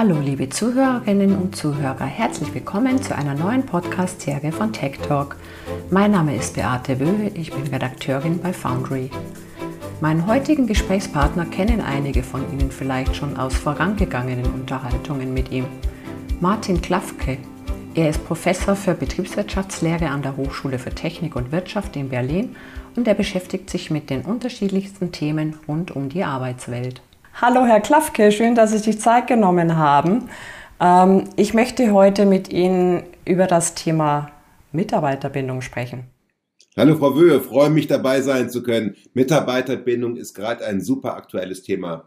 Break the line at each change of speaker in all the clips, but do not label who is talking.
Hallo liebe Zuhörerinnen und Zuhörer, herzlich willkommen zu einer neuen Podcast-Serie von Tech Talk. Mein Name ist Beate Wöhe, ich bin Redakteurin bei Foundry. Meinen heutigen Gesprächspartner kennen einige von Ihnen vielleicht schon aus vorangegangenen Unterhaltungen mit ihm. Martin Klafke. Er ist Professor für Betriebswirtschaftslehre an der Hochschule für Technik und Wirtschaft in Berlin und er beschäftigt sich mit den unterschiedlichsten Themen rund um die Arbeitswelt.
Hallo Herr Klafke, schön, dass Sie sich Zeit genommen haben. Ich möchte heute mit Ihnen über das Thema Mitarbeiterbindung sprechen.
Hallo Frau Wöhe, freue mich dabei sein zu können. Mitarbeiterbindung ist gerade ein super aktuelles Thema.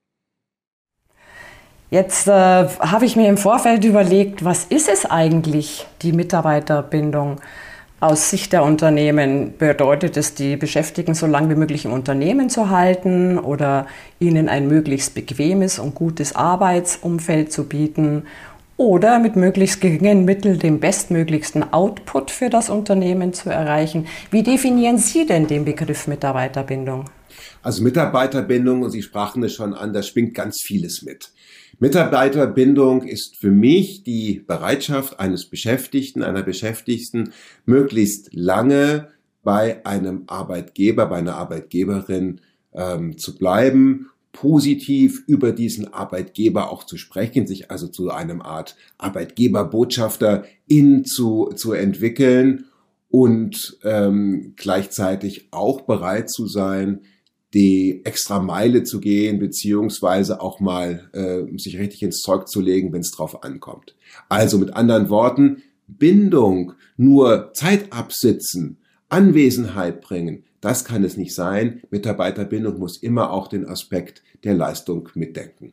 Jetzt habe ich mir im Vorfeld überlegt, was ist es eigentlich, die Mitarbeiterbindung? Aus Sicht der Unternehmen bedeutet es, die Beschäftigten so lange wie möglich im Unternehmen zu halten oder ihnen ein möglichst bequemes und gutes Arbeitsumfeld zu bieten oder mit möglichst geringen Mitteln den bestmöglichsten Output für das Unternehmen zu erreichen. Wie definieren Sie denn den Begriff Mitarbeiterbindung?
Also Mitarbeiterbindung, und Sie sprachen es schon an, da schwingt ganz vieles mit. Mitarbeiterbindung ist für mich die Bereitschaft eines Beschäftigten, einer Beschäftigten, möglichst lange bei einem Arbeitgeber, bei einer Arbeitgeberin zu bleiben, positiv über diesen Arbeitgeber auch zu sprechen, sich also zu einem Art Arbeitgeberbotschafter zu entwickeln und gleichzeitig auch bereit zu sein, die extra Meile zu gehen, beziehungsweise auch mal sich richtig ins Zeug zu legen, wenn es drauf ankommt. Also mit anderen Worten, Bindung, nur Zeit absitzen, Anwesenheit bringen, das kann es nicht sein. Mitarbeiterbindung muss immer auch den Aspekt der Leistung mitdenken.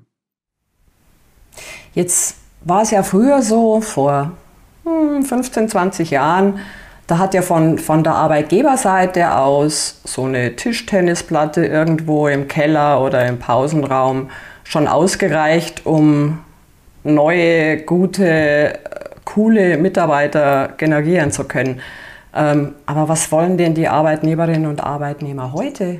Jetzt war es ja früher so, vor 15, 20 Jahren, da hat ja von der Arbeitgeberseite aus so eine Tischtennisplatte irgendwo im Keller oder im Pausenraum schon ausgereicht, um neue, gute, coole Mitarbeiter generieren zu können. Aber was wollen denn die Arbeitnehmerinnen und Arbeitnehmer heute?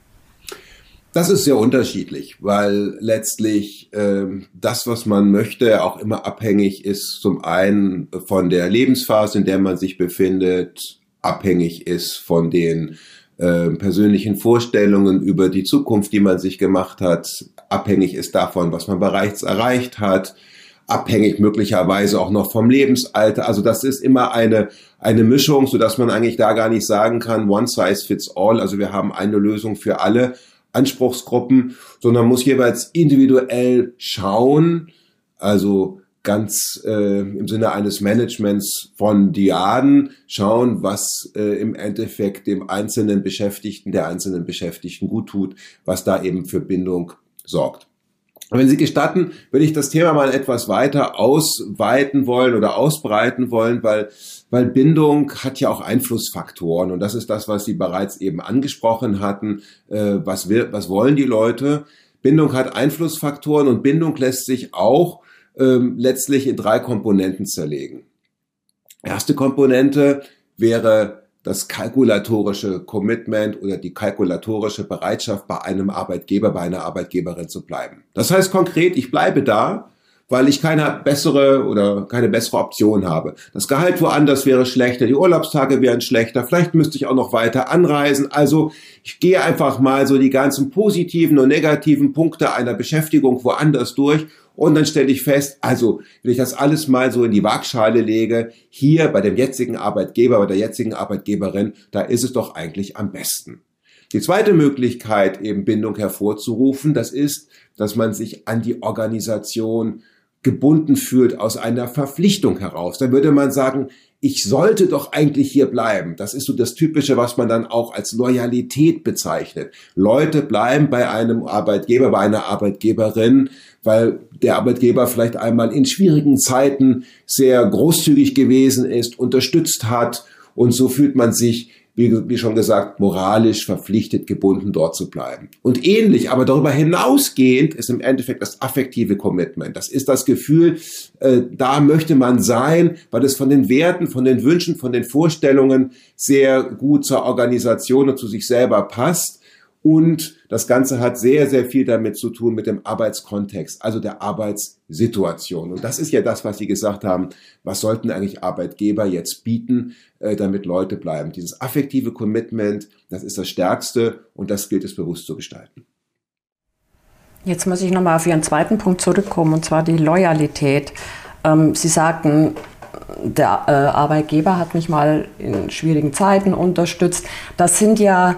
Das ist sehr unterschiedlich, weil letztlich das, was man möchte, auch immer abhängig ist, zum einen von der Lebensphase, in der man sich befindet, abhängig ist von den persönlichen Vorstellungen über die Zukunft, die man sich gemacht hat, abhängig ist davon, was man bereits erreicht hat, abhängig möglicherweise auch noch vom Lebensalter. Also das ist immer eine Mischung, sodass man eigentlich da gar nicht sagen kann, one size fits all, also wir haben eine Lösung für alle Anspruchsgruppen, sondern muss jeweils individuell schauen, also ganz im Sinne eines Managements von Diaden schauen, was im Endeffekt dem einzelnen Beschäftigten, der einzelnen Beschäftigten gut tut, was da eben für Bindung sorgt. Und wenn Sie gestatten, würde ich das Thema mal etwas weiter ausweiten wollen oder ausbreiten wollen, weil Bindung hat ja auch Einflussfaktoren und das ist das, was Sie bereits eben angesprochen hatten. Was wollen die Leute? Bindung hat Einflussfaktoren und Bindung lässt sich auch letztlich in 3 Komponenten zerlegen. Erste Komponente wäre das kalkulatorische Commitment oder die kalkulatorische Bereitschaft, bei einem Arbeitgeber, bei einer Arbeitgeberin zu bleiben. Das heißt konkret, ich bleibe da, weil ich keine bessere Option habe. Das Gehalt woanders wäre schlechter, die Urlaubstage wären schlechter, vielleicht müsste ich auch noch weiter anreisen. Also ich gehe einfach mal so die ganzen positiven und negativen Punkte einer Beschäftigung woanders durch und dann stelle ich fest, also wenn ich das alles mal so in die Waagschale lege, hier bei dem jetzigen Arbeitgeber, bei der jetzigen Arbeitgeberin, da ist es doch eigentlich am besten. Die zweite Möglichkeit, eben Bindung hervorzurufen, das ist, dass man sich an die Organisation gebunden fühlt aus einer Verpflichtung heraus. Dann würde man sagen, ich sollte doch eigentlich hier bleiben. Das ist so das Typische, was man dann auch als Loyalität bezeichnet. Leute bleiben bei einem Arbeitgeber, bei einer Arbeitgeberin, weil der Arbeitgeber vielleicht einmal in schwierigen Zeiten sehr großzügig gewesen ist, unterstützt hat und so fühlt man sich, wie schon gesagt, moralisch verpflichtet, gebunden, dort zu bleiben. Und ähnlich, aber darüber hinausgehend ist im Endeffekt das affektive Commitment. Das ist das Gefühl, da möchte man sein, weil es von den Werten, von den Wünschen, von den Vorstellungen sehr gut zur Organisation und zu sich selber passt. Und das Ganze hat sehr, sehr viel damit zu tun mit dem Arbeitskontext, also der Arbeitssituation. Und das ist ja das, was Sie gesagt haben, was sollten eigentlich Arbeitgeber jetzt bieten, damit Leute bleiben. Dieses affektive Commitment, das ist das Stärkste und das gilt es bewusst zu gestalten.
Jetzt muss ich nochmal auf Ihren zweiten Punkt zurückkommen, und zwar die Loyalität. Sie sagten, der Arbeitgeber hat mich mal in schwierigen Zeiten unterstützt. Das sind ja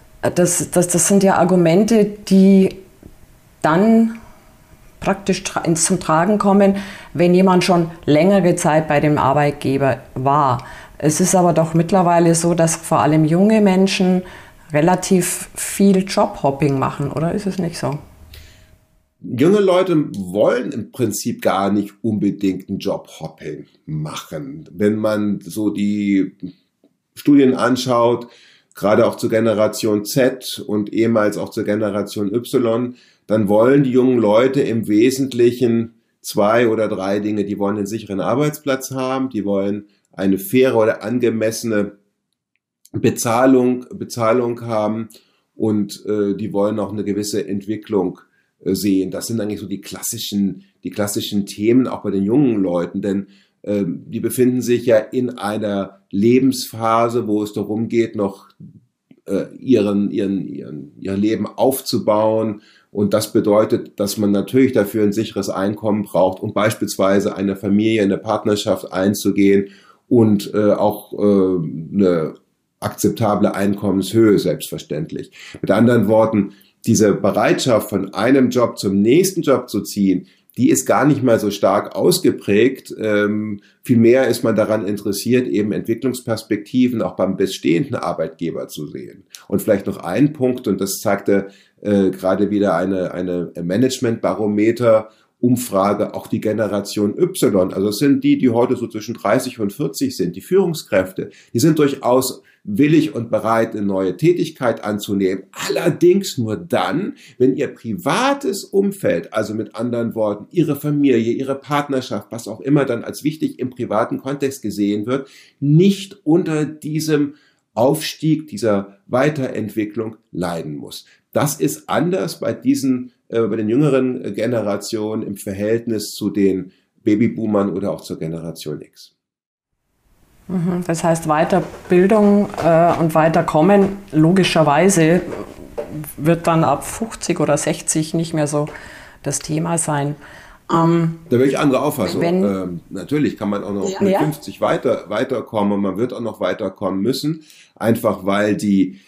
Argumente, die dann praktisch zum Tragen kommen, wenn jemand schon längere Zeit bei dem Arbeitgeber war. Es ist aber doch mittlerweile so, dass vor allem junge Menschen relativ viel Jobhopping machen, oder ist es nicht so?
Junge Leute wollen im Prinzip gar nicht unbedingt ein Jobhopping machen. Wenn man so die Studien anschaut, gerade auch zur Generation Z und ehemals auch zur Generation Y, dann wollen die jungen Leute im Wesentlichen 2 oder 3 Dinge. Die wollen einen sicheren Arbeitsplatz haben, die wollen eine faire oder angemessene Bezahlung haben und die wollen auch eine gewisse Entwicklung sehen. Das sind eigentlich so die klassischen Themen auch bei den jungen Leuten, denn die befinden sich ja in einer Lebensphase, wo es darum geht, noch ihr Leben aufzubauen. Und das bedeutet, dass man natürlich dafür ein sicheres Einkommen braucht, um beispielsweise eine Familie, eine Partnerschaft einzugehen und auch eine akzeptable Einkommenshöhe selbstverständlich. Mit anderen Worten, diese Bereitschaft, von einem Job zum nächsten Job zu ziehen, die ist gar nicht mal so stark ausgeprägt. Vielmehr ist man daran interessiert, eben Entwicklungsperspektiven auch beim bestehenden Arbeitgeber zu sehen. Und vielleicht noch ein Punkt, und das zeigte gerade wieder eine Management-Barometer-Umfrage, auch die Generation Y. Also es sind die heute so zwischen 30 und 40 sind, die Führungskräfte. Die sind durchaus willig und bereit, eine neue Tätigkeit anzunehmen. Allerdings nur dann, wenn ihr privates Umfeld, also mit anderen Worten, ihre Familie, ihre Partnerschaft, was auch immer dann als wichtig im privaten Kontext gesehen wird, nicht unter diesem Aufstieg, dieser Weiterentwicklung leiden muss. Das ist anders bei den jüngeren Generationen im Verhältnis zu den Babyboomern oder auch zur Generation X.
Das heißt, Weiterbildung und Weiterkommen, logischerweise, wird dann ab 50 oder 60 nicht mehr so das Thema sein.
Da will ich andere Auffassung. Natürlich kann man auch noch mit 50 weiterkommen und man wird auch noch weiterkommen müssen, einfach weil die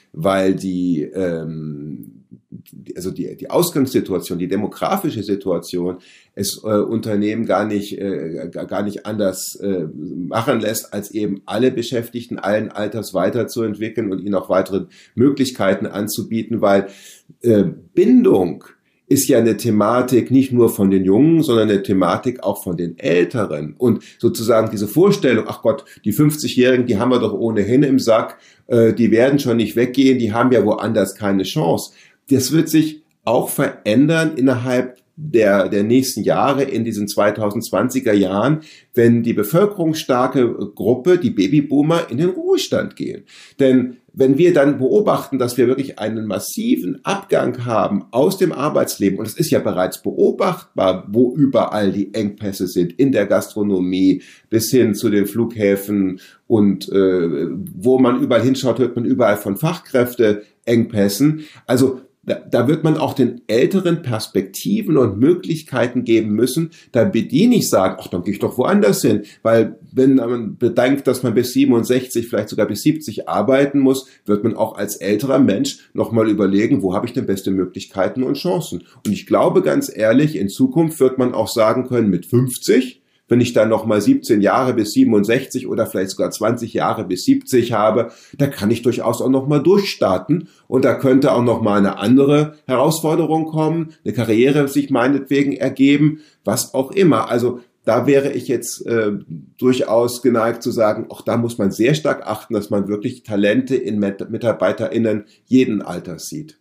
Ausgangssituation, die demografische Situation es Unternehmen gar nicht anders machen lässt, als eben alle Beschäftigten allen Alters weiterzuentwickeln und ihnen auch weitere Möglichkeiten anzubieten, weil Bindung ist ja eine Thematik nicht nur von den Jungen, sondern eine Thematik auch von den Älteren. Und sozusagen diese Vorstellung, ach Gott, die 50-Jährigen, die haben wir doch ohnehin im Sack, die werden schon nicht weggehen, die haben ja woanders keine Chance. Das wird sich auch verändern innerhalb der nächsten Jahre in diesen 2020er Jahren, wenn die bevölkerungsstarke Gruppe, die Babyboomer, in den Ruhestand gehen. Denn wenn wir dann beobachten, dass wir wirklich einen massiven Abgang haben aus dem Arbeitsleben, und es ist ja bereits beobachtbar, wo überall die Engpässe sind, in der Gastronomie bis hin zu den Flughäfen und wo man überall hinschaut, hört man überall von Fachkräfteengpässen. Also da wird man auch den Älteren Perspektiven und Möglichkeiten geben müssen, damit die nicht sagen, ach, dann gehe ich doch woanders hin. Weil wenn man bedenkt, dass man bis 67, vielleicht sogar bis 70 arbeiten muss, wird man auch als älterer Mensch nochmal überlegen, wo habe ich denn beste Möglichkeiten und Chancen. Und ich glaube ganz ehrlich, in Zukunft wird man auch sagen können, mit 50, wenn ich dann nochmal 17 Jahre bis 67 oder vielleicht sogar 20 Jahre bis 70 habe, da kann ich durchaus auch nochmal durchstarten und da könnte auch nochmal eine andere Herausforderung kommen, eine Karriere sich meinetwegen ergeben, was auch immer. Also da wäre ich jetzt durchaus geneigt zu sagen, auch da muss man sehr stark achten, dass man wirklich Talente in MitarbeiterInnen jeden Alters sieht.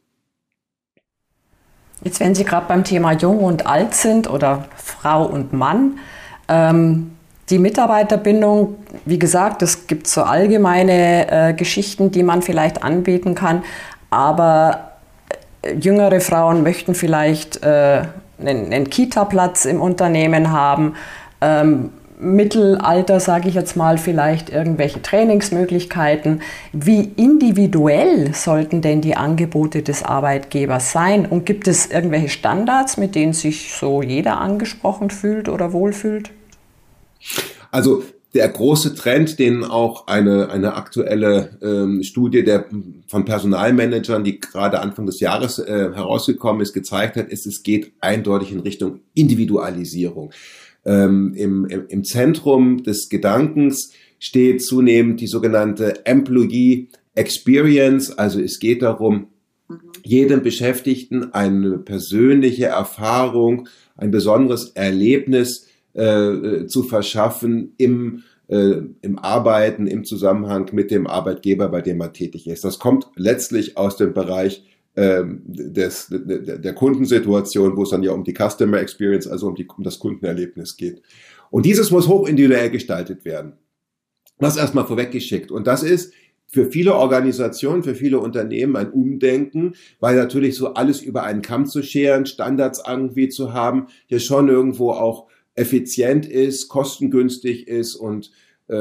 Jetzt, wenn Sie gerade beim Thema Jung und Alt sind oder Frau und Mann, die Mitarbeiterbindung, wie gesagt, es gibt so allgemeine Geschichten, die man vielleicht anbieten kann, aber jüngere Frauen möchten vielleicht einen Kita-Platz im Unternehmen haben. Mittelalter, sage ich jetzt mal, vielleicht irgendwelche Trainingsmöglichkeiten. Wie individuell sollten denn die Angebote des Arbeitgebers sein? Und gibt es irgendwelche Standards, mit denen sich so jeder angesprochen fühlt oder wohlfühlt?
Also der große Trend, den auch eine aktuelle Studie von Personalmanagern, die gerade Anfang des Jahres herausgekommen ist, gezeigt hat, ist, es geht eindeutig in Richtung Individualisierung. Im Zentrum des Gedankens steht zunehmend die sogenannte Employee Experience. Also es geht darum, jedem Beschäftigten eine persönliche Erfahrung, ein besonderes Erlebnis zu verschaffen im Arbeiten, im Zusammenhang mit dem Arbeitgeber, bei dem man tätig ist. Das kommt letztlich aus dem Bereich der Kundensituation, wo es dann ja um die Customer Experience, also um das Kundenerlebnis geht. Und dieses muss hochindividuell gestaltet werden. Das erstmal vorweggeschickt. Und das ist für viele Organisationen, für viele Unternehmen ein Umdenken, weil natürlich so alles über einen Kamm zu scheren, Standards irgendwie zu haben, hier schon irgendwo auch effizient ist, kostengünstig ist und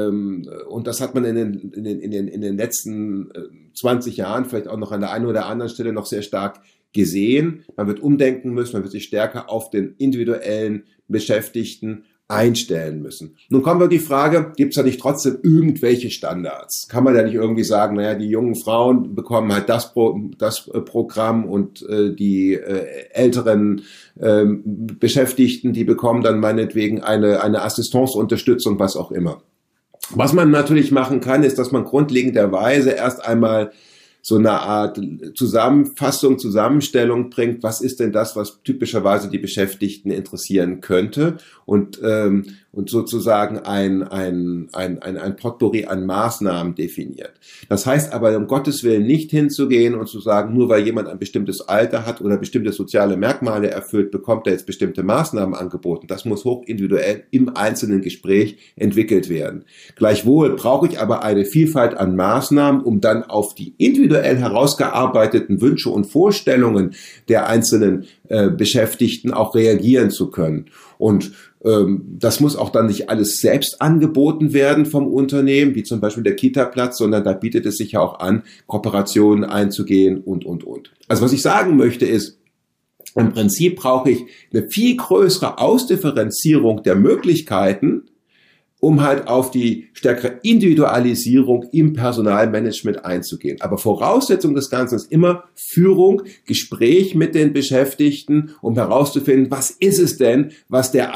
das hat man in den letzten 20 Jahren vielleicht auch noch an der einen oder anderen Stelle noch sehr stark gesehen. Man wird umdenken müssen, man wird sich stärker auf den individuellen Beschäftigten einstellen müssen. Nun kommen wir die Frage, gibt es da nicht trotzdem irgendwelche Standards? Kann man da nicht irgendwie sagen, naja, die jungen Frauen bekommen halt das Programm und die älteren Beschäftigten, die bekommen dann meinetwegen eine Assistenzunterstützung, was auch immer. Was man natürlich machen kann, ist, dass man grundlegenderweise erst einmal so eine Art Zusammenfassung, Zusammenstellung bringt, was ist denn das, was typischerweise die Beschäftigten interessieren könnte und sozusagen ein Potpourri an Maßnahmen definiert. Das heißt aber um Gottes Willen nicht hinzugehen und zu sagen, nur weil jemand ein bestimmtes Alter hat oder bestimmte soziale Merkmale erfüllt, bekommt er jetzt bestimmte Maßnahmen angeboten. Das muss hochindividuell im einzelnen Gespräch entwickelt werden. Gleichwohl brauche ich aber eine Vielfalt an Maßnahmen, um dann auf die individuell herausgearbeiteten Wünsche und Vorstellungen der einzelnen Beschäftigten auch reagieren zu können. Und das muss auch dann nicht alles selbst angeboten werden vom Unternehmen, wie zum Beispiel der Kita-Platz, sondern da bietet es sich ja auch an, Kooperationen einzugehen und. Also was ich sagen möchte ist, im Prinzip brauche ich eine viel größere Ausdifferenzierung der Möglichkeiten, um halt auf die stärkere Individualisierung im Personalmanagement einzugehen. Aber Voraussetzung des Ganzen ist immer Führung, Gespräch mit den Beschäftigten, um herauszufinden, was ist es denn, was die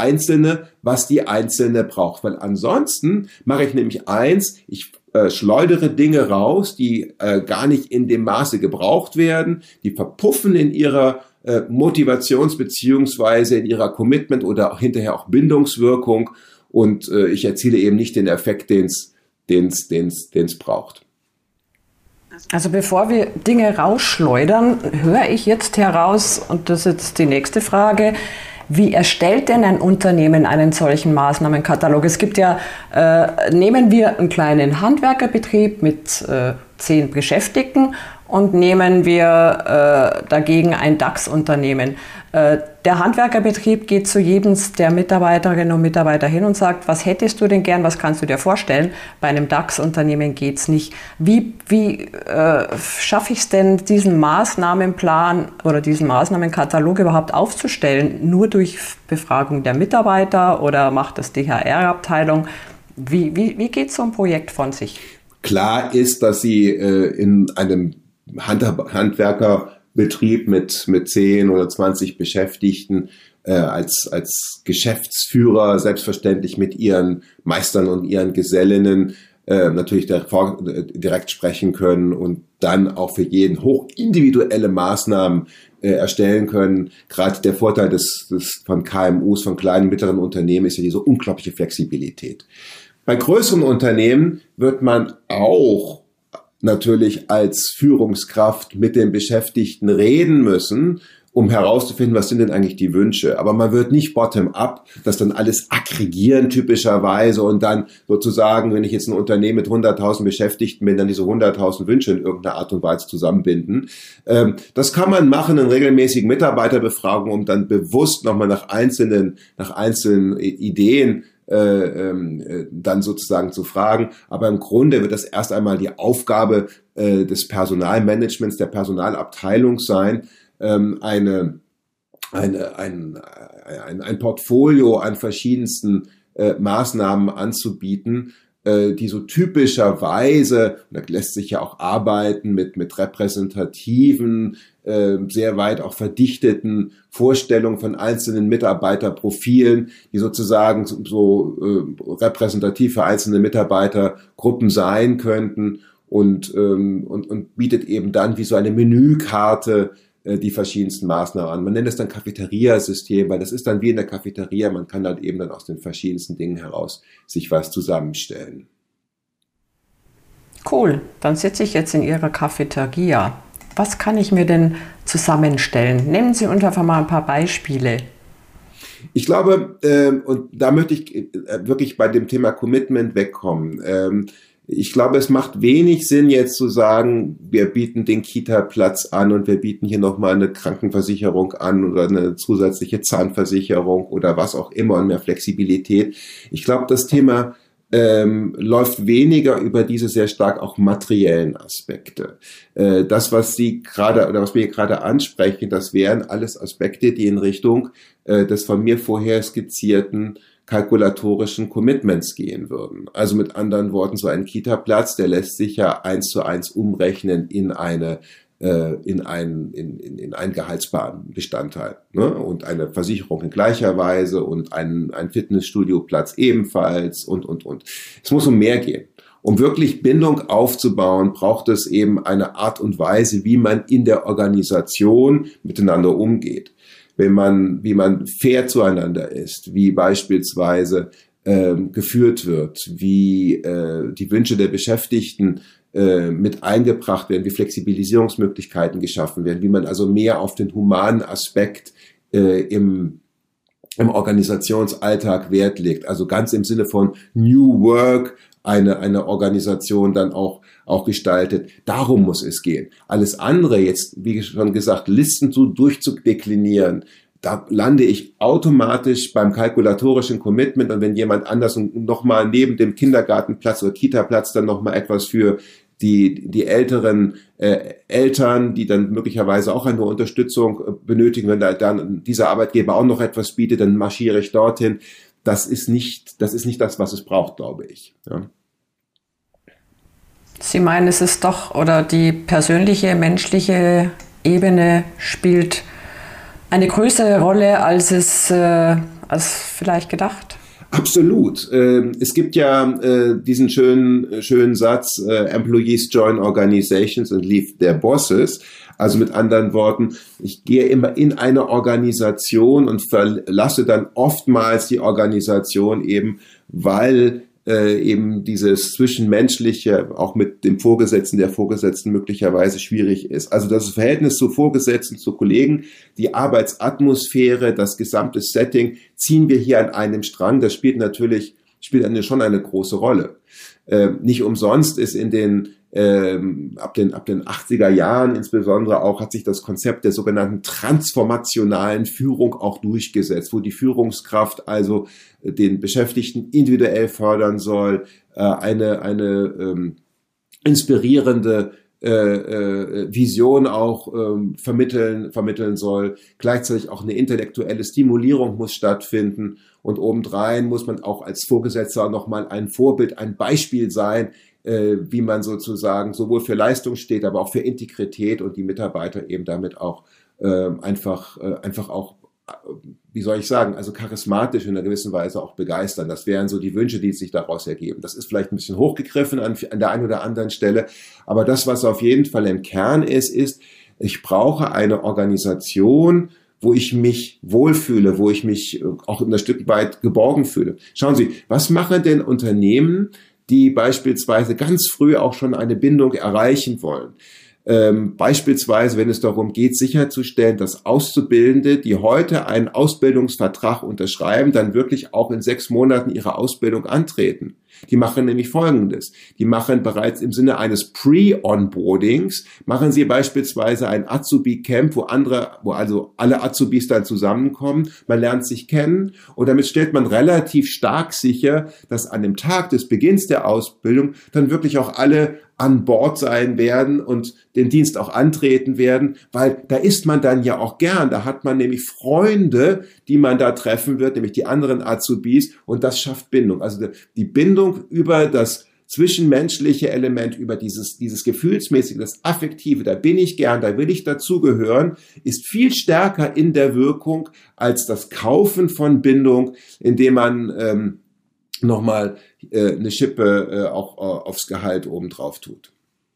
Einzelne braucht. Weil ansonsten mache ich nämlich eins, ich schleudere Dinge raus, die gar nicht in dem Maße gebraucht werden, die verpuffen in ihrer Motivations- beziehungsweise in ihrer Commitment oder hinterher auch Bindungswirkung. Und ich erziele eben nicht den Effekt, den es braucht.
Also bevor wir Dinge rausschleudern, höre ich jetzt heraus, und das ist jetzt die nächste Frage, wie erstellt denn ein Unternehmen einen solchen Maßnahmenkatalog? Es gibt ja, nehmen wir einen kleinen Handwerkerbetrieb mit 10 Beschäftigten und nehmen wir dagegen ein DAX-Unternehmen. Der Handwerkerbetrieb geht zu jedem der Mitarbeiterinnen und Mitarbeiter hin und sagt, was hättest du denn gern, was kannst du dir vorstellen? Bei einem DAX-Unternehmen geht's nicht. Wie schaffe ich es denn, diesen Maßnahmenplan oder diesen Maßnahmenkatalog überhaupt aufzustellen? Nur durch Befragung der Mitarbeiter oder macht das die HR-Abteilung? Wie geht so ein Projekt von sich?
Klar ist, dass Sie in einem Handwerkerbetrieb mit 10 oder 20 Beschäftigten als Geschäftsführer selbstverständlich mit ihren Meistern und ihren Gesellinnen natürlich direkt sprechen können und dann auch für jeden hochindividuelle Maßnahmen erstellen können. Gerade der Vorteil von KMUs, von kleinen, mittleren Unternehmen ist ja diese unglaubliche Flexibilität. Bei größeren Unternehmen wird man auch natürlich als Führungskraft mit den Beschäftigten reden müssen um herauszufinden, was sind denn eigentlich die Wünsche. Aber man wird nicht bottom-up, das dann alles aggregieren typischerweise und dann sozusagen, wenn ich jetzt ein Unternehmen mit 100.000 Beschäftigten bin, dann diese 100.000 Wünsche in irgendeiner Art und Weise zusammenbinden. Das kann man machen in regelmäßigen Mitarbeiterbefragungen, um dann bewusst nochmal nach einzelnen Ideen dann sozusagen zu fragen. Aber im Grunde wird das erst einmal die Aufgabe des Personalmanagements, der Personalabteilung sein, ein Portfolio an verschiedensten Maßnahmen anzubieten, die so typischerweise, und da lässt sich ja auch arbeiten mit repräsentativen, sehr weit auch verdichteten Vorstellungen von einzelnen Mitarbeiterprofilen, die sozusagen so repräsentativ für einzelne Mitarbeitergruppen sein könnten und bietet eben dann wie so eine Menükarte die verschiedensten Maßnahmen an. Man nennt es dann Cafeteria-System, weil das ist dann wie in der Cafeteria, man kann dann eben dann aus den verschiedensten Dingen heraus sich was zusammenstellen.
Cool, dann sitze ich jetzt in Ihrer Cafeteria. Was kann ich mir denn zusammenstellen? Nehmen Sie uns einfach mal ein paar Beispiele.
Ich glaube, und da möchte ich wirklich bei dem Thema Commitment wegkommen. Ich glaube, es macht wenig Sinn, jetzt zu sagen, wir bieten den Kita-Platz an und wir bieten hier nochmal eine Krankenversicherung an oder eine zusätzliche Zahnversicherung oder was auch immer und mehr Flexibilität. Ich glaube, das Thema läuft weniger über diese sehr stark auch materiellen Aspekte. Das, was Sie gerade oder was wir gerade ansprechen, das wären alles Aspekte, die in Richtung des von mir vorher skizzierten kalkulatorischen Commitments gehen würden. Also mit anderen Worten, so ein Kita-Platz, der lässt sich ja 1:1 umrechnen in einen Gehaltsbestandteil, ne? Und eine Versicherung in gleicher Weise und ein Fitnessstudio-Platz ebenfalls und. Es muss um mehr gehen. Um wirklich Bindung aufzubauen, braucht es eben eine Art und Weise, wie man in der Organisation miteinander umgeht. Wie man fair zueinander ist, wie beispielsweise geführt wird, wie die Wünsche der Beschäftigten mit eingebracht werden, wie Flexibilisierungsmöglichkeiten geschaffen werden, wie man also mehr auf den humanen Aspekt im Organisationsalltag Wert legt. Also ganz im Sinne von New Work eine Organisation dann auch gestaltet. Darum muss es gehen. Alles andere jetzt, wie schon gesagt, Listen so durchzudeklinieren, da lande ich automatisch beim kalkulatorischen Commitment und wenn jemand anders nochmal neben dem Kindergartenplatz oder Kita-Platz dann nochmal etwas für die älteren Eltern, die dann möglicherweise auch eine Unterstützung benötigen, wenn da dann dieser Arbeitgeber auch noch etwas bietet, dann marschiere ich dorthin. Das ist nicht das, was es braucht, glaube ich. Ja.
Sie meinen, es ist doch, oder die persönliche, menschliche Ebene spielt eine größere Rolle, als vielleicht gedacht?
Absolut. Es gibt ja diesen schönen Satz, Employees join organizations and leave their bosses. Also mit anderen Worten, ich gehe immer in eine Organisation und verlasse dann oftmals die Organisation eben, weil eben dieses Zwischenmenschliche auch mit dem Vorgesetzten, der Vorgesetzten möglicherweise schwierig ist. Also das Verhältnis zu Vorgesetzten, zu Kollegen, die Arbeitsatmosphäre, das gesamte Setting, ziehen wir hier an einem Strang. Das spielt schon eine große Rolle. Nicht umsonst ist ab den 80er Jahren insbesondere auch hat sich das Konzept der sogenannten transformationalen Führung auch durchgesetzt, wo die Führungskraft also den Beschäftigten individuell fördern soll, eine inspirierende Vision auch vermitteln soll. Gleichzeitig auch eine intellektuelle Stimulierung muss stattfinden und obendrein muss man auch als Vorgesetzter nochmal ein Vorbild, ein Beispiel sein, wie man sozusagen sowohl für Leistung steht, aber auch für Integrität und die Mitarbeiter eben damit auch einfach auch, wie soll ich sagen, also charismatisch in einer gewissen Weise auch begeistern. Das wären so die Wünsche, die sich daraus ergeben. Das ist vielleicht ein bisschen hochgegriffen an der einen oder anderen Stelle, aber das, was auf jeden Fall im Kern ist, ich brauche eine Organisation, wo ich mich wohlfühle, wo ich mich auch ein Stück weit geborgen fühle. Schauen Sie, was machen denn Unternehmen, die beispielsweise ganz früh auch schon eine Bindung erreichen wollen? Beispielsweise, wenn es darum geht, sicherzustellen, dass Auszubildende, die heute einen Ausbildungsvertrag unterschreiben, dann wirklich auch in 6 Monaten ihre Ausbildung antreten. Die machen nämlich Folgendes. Die machen bereits im Sinne eines Pre-Onboardings, machen sie beispielsweise ein Azubi-Camp, wo also alle Azubis dann zusammenkommen. Man lernt sich kennen und damit stellt man relativ stark sicher, dass an dem Tag des Beginns der Ausbildung dann wirklich auch alle an Bord sein werden und den Dienst auch antreten werden, weil da ist man dann ja auch gern. Da hat man nämlich Freunde, die man da treffen wird, nämlich die anderen Azubis, und das schafft Bindung. Also die Bindung über das zwischenmenschliche Element, über dieses Gefühlsmäßige, das Affektive, da bin ich gern, da will ich dazugehören, ist viel stärker in der Wirkung als das Kaufen von Bindung, indem man nochmal eine Schippe auch aufs Gehalt obendrauf tut.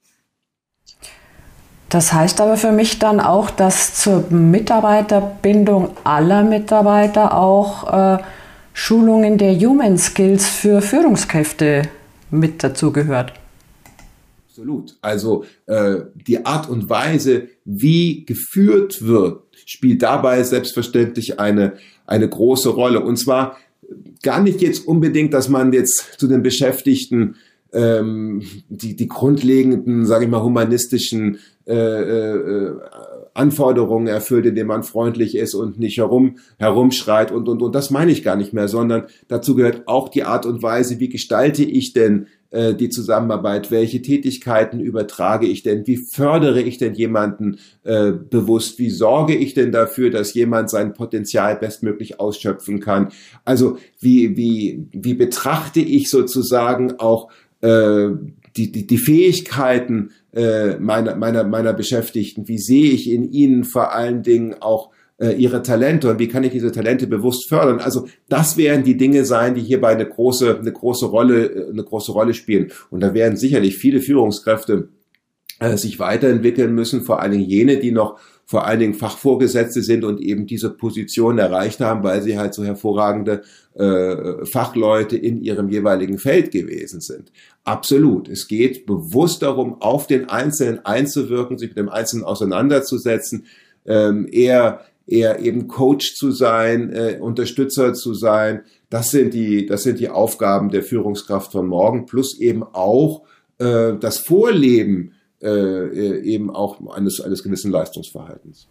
Das heißt aber für mich dann auch, dass zur Mitarbeiterbindung aller Mitarbeiter auch Schulungen der Human Skills für Führungskräfte mit dazugehört.
Absolut. Also die Art und Weise, wie geführt wird, spielt dabei selbstverständlich eine große Rolle. Und zwar gar nicht jetzt unbedingt, dass man jetzt zu den Beschäftigten die grundlegenden, sage ich mal, humanistischen Anforderungen erfüllt, indem man freundlich ist und nicht herumschreit und das meine ich gar nicht mehr, sondern dazu gehört auch die Art und Weise, wie gestalte ich denn die Zusammenarbeit, welche Tätigkeiten übertrage ich denn, wie fördere ich denn jemanden bewusst, wie sorge ich denn dafür, dass jemand sein Potenzial bestmöglich ausschöpfen kann, also wie betrachte ich sozusagen auch die Fähigkeiten meiner Beschäftigten, wie sehe ich in ihnen vor allen Dingen auch ihre Talente und wie kann ich diese Talente bewusst fördern? Also das werden die Dinge sein, die hierbei eine große Rolle spielen. Und da werden sicherlich viele Führungskräfte sich weiterentwickeln müssen, vor allen Dingen jene, die noch vor allen Dingen Fachvorgesetzte sind und eben diese Position erreicht haben, weil sie halt so hervorragende Fachleute in ihrem jeweiligen Feld gewesen sind. Absolut. Es geht bewusst darum, auf den Einzelnen einzuwirken, sich mit dem Einzelnen auseinanderzusetzen, eher eben Coach zu sein, Unterstützer zu sein. Das sind die Aufgaben der Führungskraft von morgen, plus eben auch das Vorleben eben auch eines gewissen Leistungsverhaltens.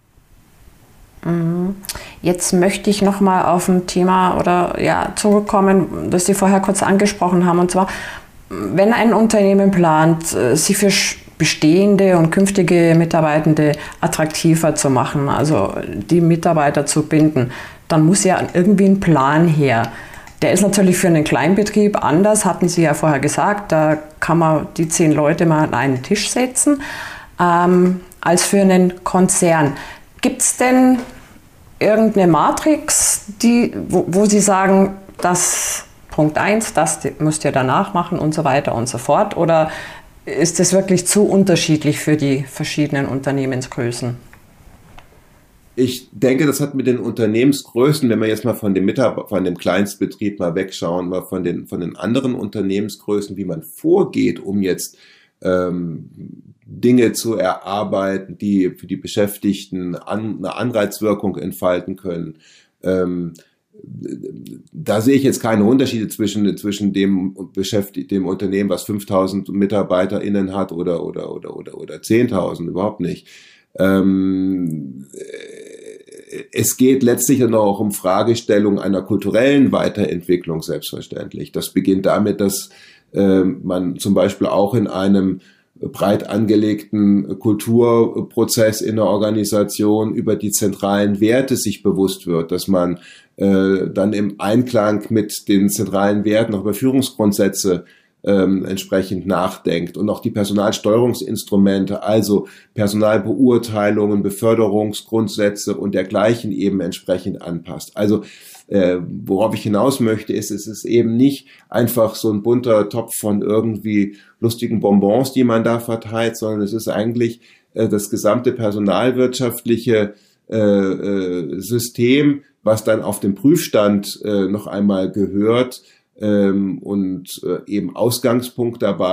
Jetzt möchte ich nochmal auf ein Thema zurückkommen, das Sie vorher kurz angesprochen haben. Und zwar, wenn ein Unternehmen plant, sich für bestehende und künftige Mitarbeitende attraktiver zu machen, also die Mitarbeiter zu binden, dann muss ja irgendwie ein Plan her. Der ist natürlich für einen Kleinbetrieb anders, hatten Sie ja vorher gesagt, da kann man die 10 Leute mal an einen Tisch setzen, als für einen Konzern. Gibt es denn irgendeine Matrix, wo Sie sagen, das Punkt 1, das müsst ihr danach machen und so weiter und so fort? Oder ist es wirklich zu unterschiedlich für die verschiedenen Unternehmensgrößen?
Ich denke, das hat mit den Unternehmensgrößen, wenn wir jetzt mal von dem Kleinstbetrieb mal wegschauen, mal von den anderen Unternehmensgrößen, wie man vorgeht, um jetzt Dinge zu erarbeiten, die für die Beschäftigten eine Anreizwirkung entfalten können. Da sehe ich jetzt keine Unterschiede zwischen dem Unternehmen, was 5.000 MitarbeiterInnen hat oder 10.000, überhaupt nicht. Es geht letztlich dann auch um Fragestellung einer kulturellen Weiterentwicklung, selbstverständlich. Das beginnt damit, dass man zum Beispiel auch in einem breit angelegten Kulturprozess in der Organisation über die zentralen Werte sich bewusst wird, dass man dann im Einklang mit den zentralen Werten auch über Führungsgrundsätze entsprechend nachdenkt und auch die Personalsteuerungsinstrumente, also Personalbeurteilungen, Beförderungsgrundsätze und dergleichen eben entsprechend anpasst. Also worauf ich hinaus möchte, ist, es ist eben nicht einfach so ein bunter Topf von irgendwie lustigen Bonbons, die man da verteilt, sondern es ist eigentlich das gesamte personalwirtschaftliche System, was dann auf den Prüfstand noch einmal gehört, und eben Ausgangspunkt dabei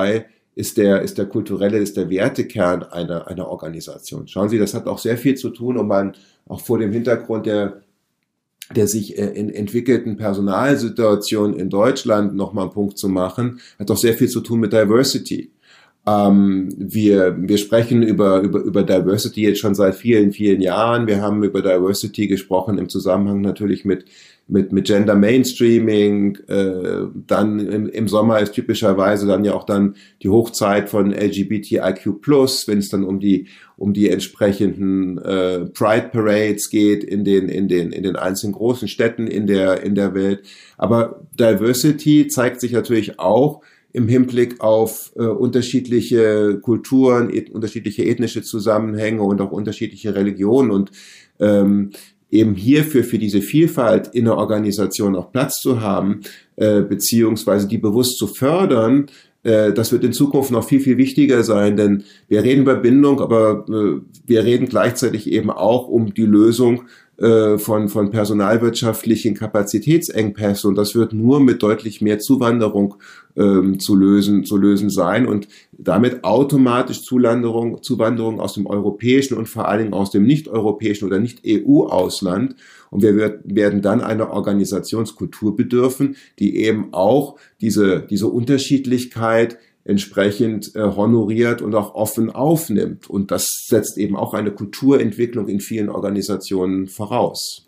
ist der kulturelle, ist der Wertekern einer Organisation. Schauen Sie, das hat auch sehr viel zu tun, um man auch vor dem Hintergrund der sich entwickelten Personalsituation in Deutschland nochmal einen Punkt zu machen, hat auch sehr viel zu tun mit Diversity. Wir sprechen über Diversity jetzt schon seit vielen, vielen Jahren. Wir haben über Diversity gesprochen im Zusammenhang natürlich mit Gender Mainstreaming. Dann im Sommer ist typischerweise dann ja auch dann die Hochzeit von LGBTIQ+, wenn es dann um die entsprechenden Pride Parades geht in den einzelnen großen Städten in der Welt. Aber Diversity zeigt sich natürlich auch im Hinblick auf unterschiedliche Kulturen, unterschiedliche ethnische Zusammenhänge und auch unterschiedliche Religionen und eben hierfür, für diese Vielfalt in der Organisation auch Platz zu haben, beziehungsweise die bewusst zu fördern, das wird in Zukunft noch viel, viel wichtiger sein, denn wir reden über Bindung, aber wir reden gleichzeitig eben auch um die Lösung von personalwirtschaftlichen Kapazitätsengpässen und das wird nur mit deutlich mehr Zuwanderung zu lösen sein und damit automatisch Zuwanderung aus dem europäischen und vor allen Dingen aus dem nicht-europäischen oder nicht-EU-Ausland und wir werden dann einer Organisationskultur bedürfen, die eben auch diese Unterschiedlichkeit entsprechend honoriert und auch offen aufnimmt. Und das setzt eben auch eine Kulturentwicklung in vielen Organisationen voraus.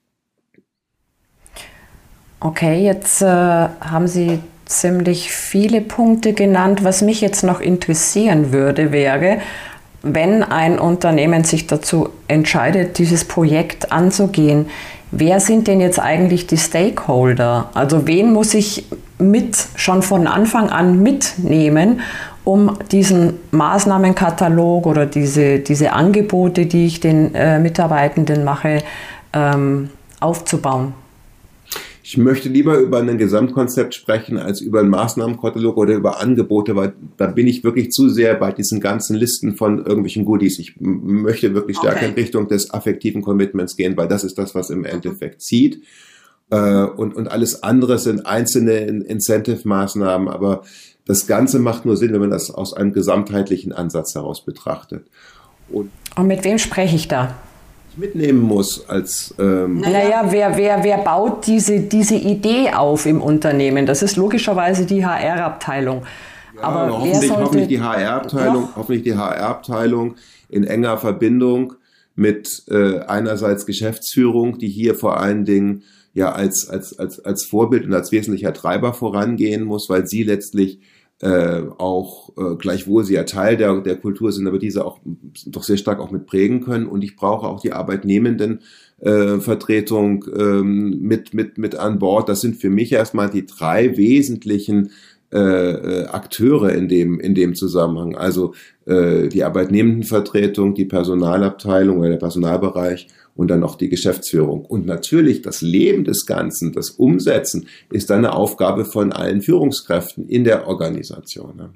Okay, jetzt haben Sie ziemlich viele Punkte genannt. Was mich jetzt noch interessieren würde, wäre, wenn ein Unternehmen sich dazu entscheidet, dieses Projekt anzugehen, wer sind denn jetzt eigentlich die Stakeholder? Also wen muss ich schon von Anfang an mitnehmen, um diesen Maßnahmenkatalog oder diese Angebote, die ich den Mitarbeitenden mache, aufzubauen?
Ich möchte lieber über ein Gesamtkonzept sprechen, als über einen Maßnahmenkatalog oder über Angebote, weil da bin ich wirklich zu sehr bei diesen ganzen Listen von irgendwelchen Goodies. Ich möchte wirklich stärker in Richtung des affektiven Commitments gehen, weil das ist das, was im Endeffekt zieht. Und alles andere sind einzelne Incentive-Maßnahmen, aber das Ganze macht nur Sinn, wenn man das aus einem gesamtheitlichen Ansatz heraus betrachtet.
Und mit wem spreche ich da?
Mitnehmen muss als
wer baut diese Idee auf im Unternehmen? Das ist logischerweise die HR-Abteilung.
Ja, aber hoffentlich die HR-Abteilung in enger Verbindung mit einerseits Geschäftsführung, die hier vor allen Dingen ja als Vorbild und als wesentlicher Treiber vorangehen muss, weil sie letztlich gleichwohl sie ja Teil der Kultur sind, aber diese auch doch sehr stark auch mit prägen können. Und ich brauche auch die Arbeitnehmendenvertretung mit an Bord. Das sind für mich erstmal die drei wesentlichen Akteure in dem Zusammenhang. Also die Arbeitnehmendenvertretung, die Personalabteilung oder der Personalbereich und dann auch die Geschäftsführung. Und natürlich das Leben des Ganzen, das Umsetzen, ist dann eine Aufgabe von allen Führungskräften in der Organisation. Ne?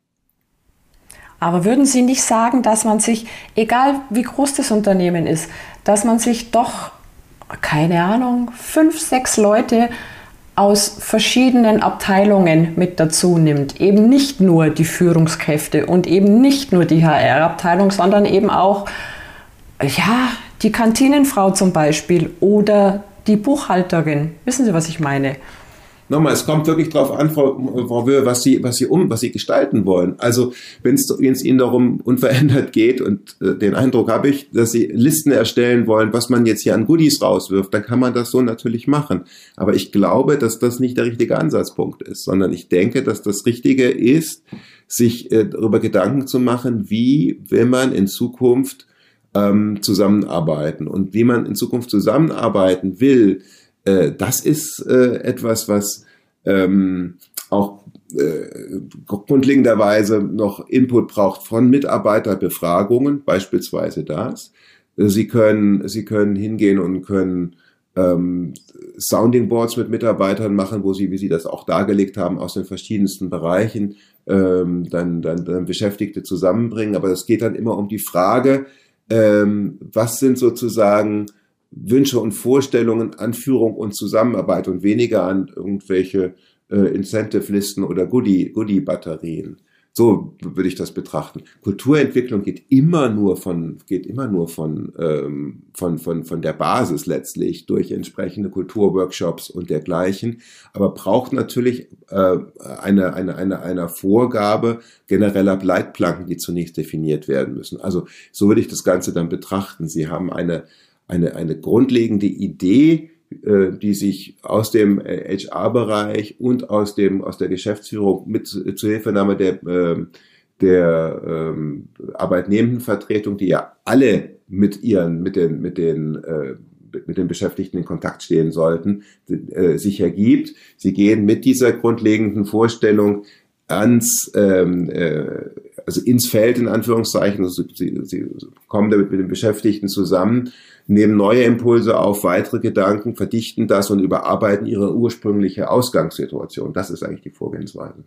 Aber würden Sie nicht sagen, dass man sich, egal wie groß das Unternehmen ist, dass man sich doch, keine Ahnung, 5, 6 Leute aus verschiedenen Abteilungen mit dazu nimmt? Eben nicht nur die Führungskräfte und eben nicht nur die HR-Abteilung, sondern eben auch, die Kantinenfrau zum Beispiel oder die Buchhalterin. Wissen Sie, was ich meine?
Nochmal, es kommt wirklich darauf an, Frau Wöhr, was Sie gestalten wollen. Also, wenn es Ihnen darum unverändert geht und den Eindruck habe ich, dass Sie Listen erstellen wollen, was man jetzt hier an Goodies rauswirft, dann kann man das so natürlich machen. Aber ich glaube, dass das nicht der richtige Ansatzpunkt ist, sondern ich denke, dass das Richtige ist, sich darüber Gedanken zu machen, wie will man in Zukunft zusammenarbeiten und wie man in Zukunft zusammenarbeiten will. Das ist etwas, was auch grundlegenderweise noch Input braucht von Mitarbeiterbefragungen, beispielsweise das. Sie können hingehen und können Sounding Boards mit Mitarbeitern machen, wie Sie das auch dargelegt haben, aus den verschiedensten Bereichen, dann Beschäftigte zusammenbringen. Aber es geht dann immer um die Frage, was sind sozusagen Wünsche und Vorstellungen an Führung und Zusammenarbeit und weniger an irgendwelche Incentive-Listen oder Goodie-Batterien. So würde ich das betrachten. Kulturentwicklung geht immer nur von der Basis letztlich durch entsprechende Kulturworkshops und dergleichen, aber braucht natürlich eine Vorgabe genereller Leitplanken, die zunächst definiert werden müssen. Also so würde ich das Ganze dann betrachten. Sie haben eine grundlegende Idee, die sich aus dem HR-Bereich und aus der Geschäftsführung mit Zuhilfenahme der Arbeitnehmendenvertretung, die ja alle mit den Beschäftigten in Kontakt stehen sollten, sich ergibt. Sie gehen mit dieser grundlegenden Vorstellung ins Feld, in Anführungszeichen. Also sie kommen damit mit den Beschäftigten zusammen, nehmen neue Impulse auf, weitere Gedanken, verdichten das und überarbeiten ihre ursprüngliche Ausgangssituation. Das ist eigentlich die Vorgehensweise.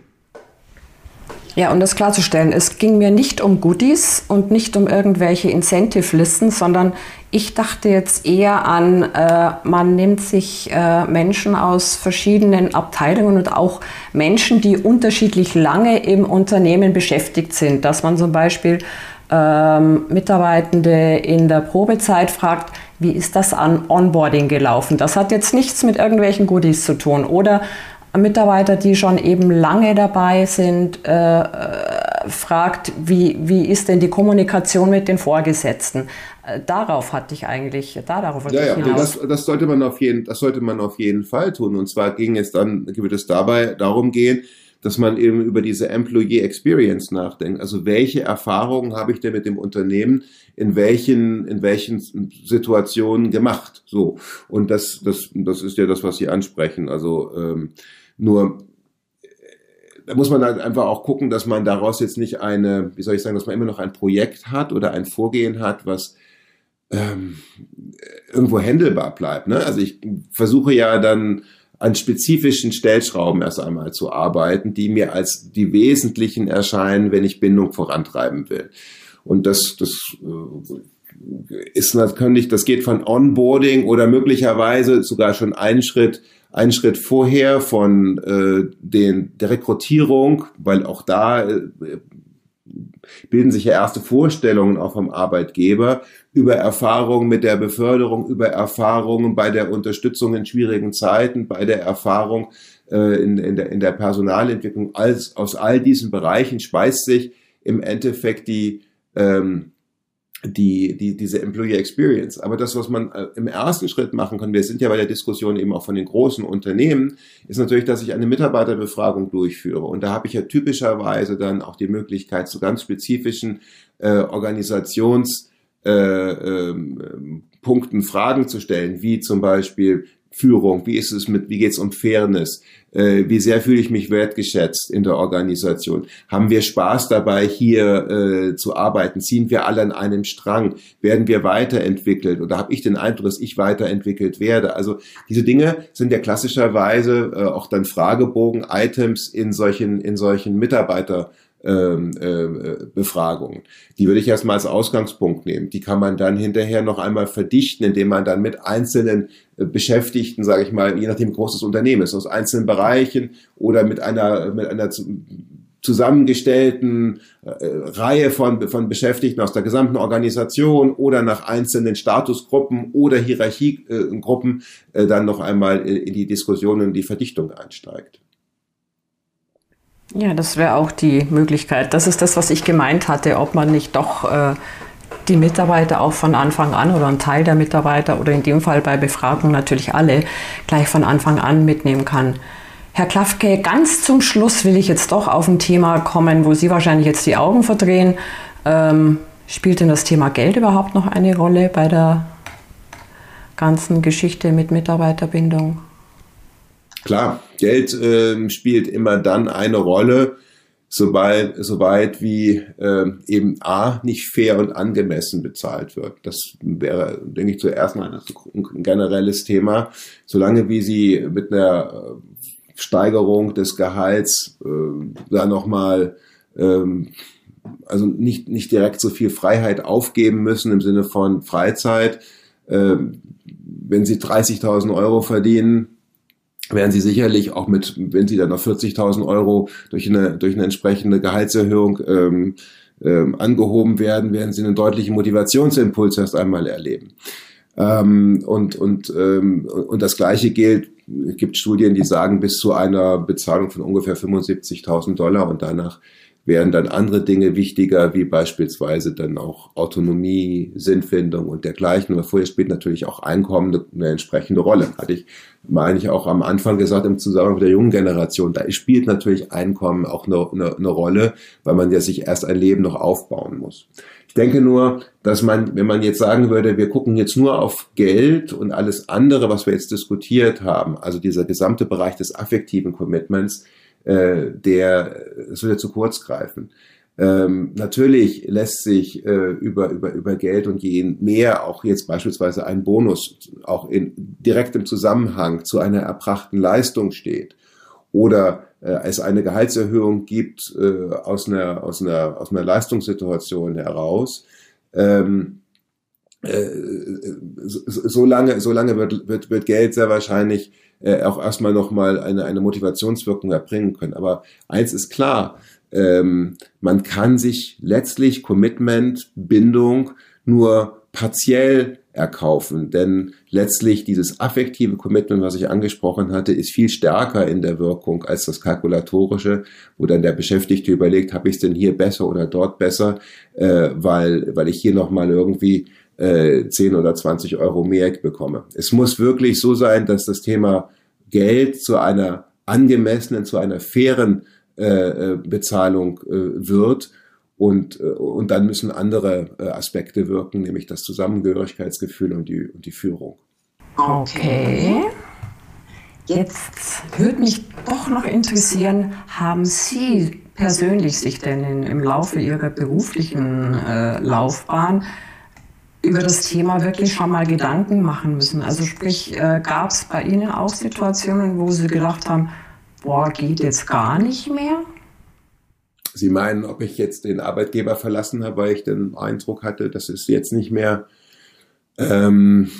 Ja, um das klarzustellen, es ging mir nicht um Goodies und nicht um irgendwelche Incentive-Listen, sondern ich dachte jetzt eher an, man nimmt sich Menschen aus verschiedenen Abteilungen und auch Menschen, die unterschiedlich lange im Unternehmen beschäftigt sind. Dass man zum Beispiel Mitarbeitende in der Probezeit fragt, wie ist das an Onboarding gelaufen? Das hat jetzt nichts mit irgendwelchen Goodies zu tun. Oder Mitarbeiter, die schon eben lange dabei sind, fragt, wie ist denn die Kommunikation mit den Vorgesetzten? Darauf wollte ich hinaus.
Das sollte man auf jeden Fall tun. Und zwar wird es dabei darum gehen, dass man eben über diese Employee Experience nachdenkt. Also welche Erfahrungen habe ich denn mit dem Unternehmen in welchen Situationen gemacht? So. Und das ist ja das, was Sie ansprechen. Also, da muss man halt einfach auch gucken, dass man daraus jetzt nicht dass man immer noch ein Projekt hat oder ein Vorgehen hat, was irgendwo händelbar bleibt. Ne? Also ich versuche ja dann an spezifischen Stellschrauben erst einmal zu arbeiten, die mir als die wesentlichen erscheinen, wenn ich Bindung vorantreiben will. Und das geht von Onboarding oder möglicherweise sogar schon einen Schritt vorher von der Rekrutierung, weil auch da bilden sich ja erste Vorstellungen auch vom Arbeitgeber über Erfahrungen mit der Beförderung, über Erfahrungen bei der Unterstützung in schwierigen Zeiten, bei der Erfahrung in der Personalentwicklung. Aus all diesen Bereichen speist sich im Endeffekt diese Employee Experience. Aber das, was man im ersten Schritt machen kann, wir sind ja bei der Diskussion eben auch von den großen Unternehmen, ist natürlich, dass ich eine Mitarbeiterbefragung durchführe. Und da habe ich ja typischerweise dann auch die Möglichkeit, zu ganz spezifischen Punkten Fragen zu stellen, wie zum Beispiel Führung, wie geht's um Fairness, wie sehr fühle ich mich wertgeschätzt in der Organisation, haben wir Spaß dabei, hier zu arbeiten, ziehen wir alle an einem Strang, werden wir weiterentwickelt oder habe ich den Eindruck, dass ich weiterentwickelt werde. Also diese Dinge sind ja klassischerweise auch dann Fragebogen-Items in solchen Mitarbeiterbefragungen. Die würde ich erstmal als Ausgangspunkt nehmen. Die kann man dann hinterher noch einmal verdichten, indem man dann mit einzelnen Beschäftigten, sage ich mal, je nachdem wie groß das Unternehmen ist, aus einzelnen Bereichen oder mit einer zusammengestellten Reihe von Beschäftigten aus der gesamten Organisation oder nach einzelnen Statusgruppen oder Hierarchiegruppen dann noch einmal in die Diskussion und die Verdichtung einsteigt.
Ja, das wäre auch die Möglichkeit. Das ist das, was ich gemeint hatte, ob man nicht doch die Mitarbeiter auch von Anfang an oder einen Teil der Mitarbeiter oder in dem Fall bei Befragung natürlich alle gleich von Anfang an mitnehmen kann. Herr Klafke, ganz zum Schluss will ich jetzt doch auf ein Thema kommen, wo Sie wahrscheinlich jetzt die Augen verdrehen. Spielt denn das Thema Geld überhaupt noch eine Rolle bei der ganzen Geschichte mit Mitarbeiterbindung?
Klar, Geld spielt immer dann eine Rolle, soweit wie eben A, nicht fair und angemessen bezahlt wird. Das wäre, denke ich, zuerst mal ein generelles Thema. Solange wie Sie mit einer Steigerung des Gehalts da nochmal also nicht direkt so viel Freiheit aufgeben müssen im Sinne von Freizeit. Wenn Sie 30.000 Euro verdienen, werden Sie sicherlich auch wenn Sie dann auf 40.000 Euro durch eine entsprechende Gehaltserhöhung angehoben werden Sie einen deutlichen Motivationsimpuls erst einmal erleben. Und das Gleiche gilt, es gibt Studien, die sagen, bis zu einer Bezahlung von ungefähr $75.000 und danach werden dann andere Dinge wichtiger, wie beispielsweise dann auch Autonomie, Sinnfindung und dergleichen. Aber vorher spielt natürlich auch Einkommen eine entsprechende Rolle. Hatte ich, meine ich, auch am Anfang gesagt, im Zusammenhang mit der jungen Generation. Da spielt natürlich Einkommen auch eine Rolle, weil man ja sich erst ein Leben noch aufbauen muss. Ich denke nur, dass wenn man jetzt sagen würde, wir gucken jetzt nur auf Geld und alles andere, was wir jetzt diskutiert haben, also dieser gesamte Bereich des affektiven Commitments, es würde zu kurz greifen. Natürlich lässt sich über Geld und je mehr auch jetzt beispielsweise ein Bonus auch in direktem Zusammenhang zu einer erbrachten Leistung steht oder es eine Gehaltserhöhung gibt aus einer Leistungssituation heraus, solange wird Geld sehr wahrscheinlich auch erstmal nochmal eine Motivationswirkung erbringen können. Aber eins ist klar, man kann sich letztlich Commitment, Bindung nur partiell erkaufen, denn letztlich dieses affektive Commitment, was ich angesprochen hatte, ist viel stärker in der Wirkung als das kalkulatorische, wo dann der Beschäftigte überlegt, habe ich es denn hier besser oder dort besser, weil ich hier nochmal irgendwie 10 oder 20 Euro mehr bekomme. Es muss wirklich so sein, dass das Thema Geld zu einer angemessenen, zu einer fairen Bezahlung wird und dann müssen andere Aspekte wirken, nämlich das Zusammengehörigkeitsgefühl und die Führung.
Okay. Jetzt würde mich doch noch interessieren, haben Sie persönlich sich denn im Laufe Ihrer beruflichen Laufbahn über das Thema wirklich schon mal Gedanken machen müssen? Also sprich, gab es bei Ihnen auch Situationen, wo Sie gedacht haben, boah, geht jetzt gar nicht mehr?
Sie meinen, ob ich jetzt den Arbeitgeber verlassen habe, weil ich den Eindruck hatte, das ist jetzt nicht mehr...
Ja.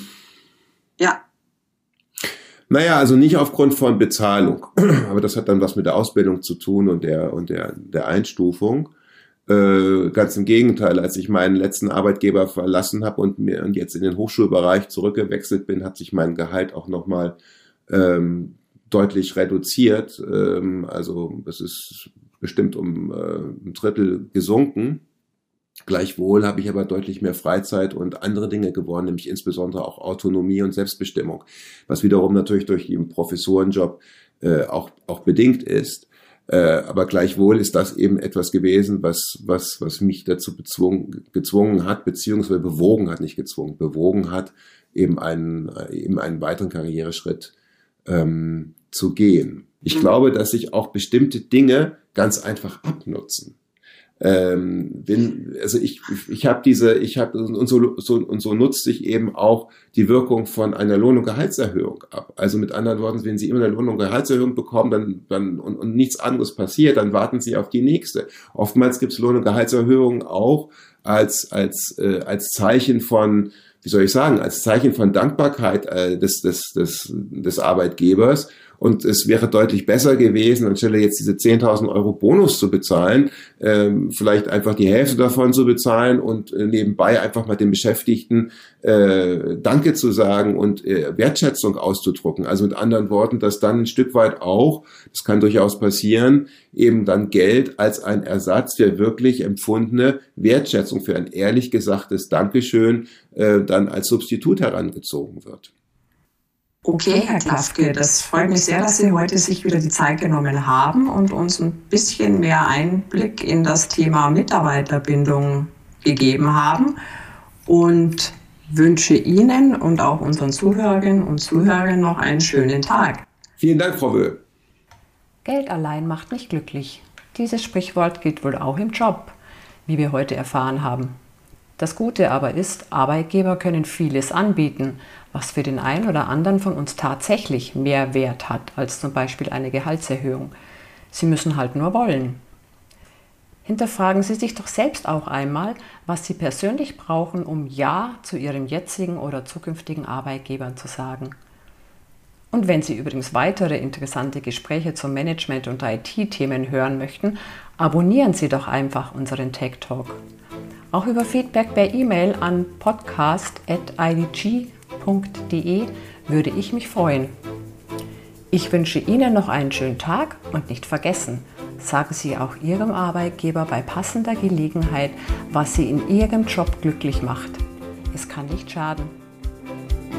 Naja, also nicht aufgrund von Bezahlung, aber das hat dann was mit der Ausbildung zu tun und der Einstufung. Ganz im Gegenteil, als ich meinen letzten Arbeitgeber verlassen habe und jetzt in den Hochschulbereich zurückgewechselt bin, hat sich mein Gehalt auch nochmal deutlich reduziert. Also es ist bestimmt um ein Drittel gesunken. Gleichwohl habe ich aber deutlich mehr Freizeit und andere Dinge gewonnen, nämlich insbesondere auch Autonomie und Selbstbestimmung, was wiederum natürlich durch den Professorenjob auch bedingt ist. Aber gleichwohl ist das eben etwas gewesen, was mich dazu gezwungen hat, beziehungsweise bewogen hat, nicht gezwungen, bewogen hat, eben einen weiteren Karriereschritt zu gehen. Ich glaube, dass sich auch bestimmte Dinge ganz einfach abnutzen. So nutzt sich eben auch die Wirkung von einer Lohn- und Gehaltserhöhung ab. Also mit anderen Worten, wenn Sie immer eine Lohn- und Gehaltserhöhung bekommen, und nichts anderes passiert, dann warten Sie auf die nächste. Oftmals gibt es Lohn- und Gehaltserhöhungen auch als Zeichen von, wie soll ich sagen, als Zeichen von Dankbarkeit des Arbeitgebers. Und es wäre deutlich besser gewesen, anstelle jetzt diese 10.000 Euro Bonus zu bezahlen, vielleicht einfach die Hälfte davon zu bezahlen und nebenbei einfach mal den Beschäftigten Danke zu sagen und Wertschätzung auszudrücken. Also mit anderen Worten, dass dann ein Stück weit auch, das kann durchaus passieren, eben dann Geld als ein Ersatz für wirklich empfundene Wertschätzung, für ein ehrlich gesagtes Dankeschön dann als Substitut herangezogen wird.
Okay, Herr Klafke, das freut mich sehr, dass Sie heute sich wieder die Zeit genommen haben und uns ein bisschen mehr Einblick in das Thema Mitarbeiterbindung gegeben haben und wünsche Ihnen und auch unseren Zuhörerinnen und Zuhörern noch einen schönen Tag.
Vielen Dank, Frau Wöhl.
Geld allein macht nicht glücklich. Dieses Sprichwort gilt wohl auch im Job, wie wir heute erfahren haben. Das Gute aber ist, Arbeitgeber können vieles anbieten, was für den einen oder anderen von uns tatsächlich mehr Wert hat als zum Beispiel eine Gehaltserhöhung. Sie müssen halt nur wollen. Hinterfragen Sie sich doch selbst auch einmal, was Sie persönlich brauchen, um Ja zu Ihrem jetzigen oder zukünftigen Arbeitgebern zu sagen.
Und wenn Sie übrigens weitere interessante Gespräche zum Management- und IT-Themen hören möchten, abonnieren Sie doch einfach unseren Tech Talk. Auch über Feedback per E-Mail an podcast@idg.de würde ich mich freuen. Ich wünsche Ihnen noch einen schönen Tag und nicht vergessen, sagen Sie auch Ihrem Arbeitgeber bei passender Gelegenheit, was Sie in Ihrem Job glücklich macht. Es kann nicht schaden.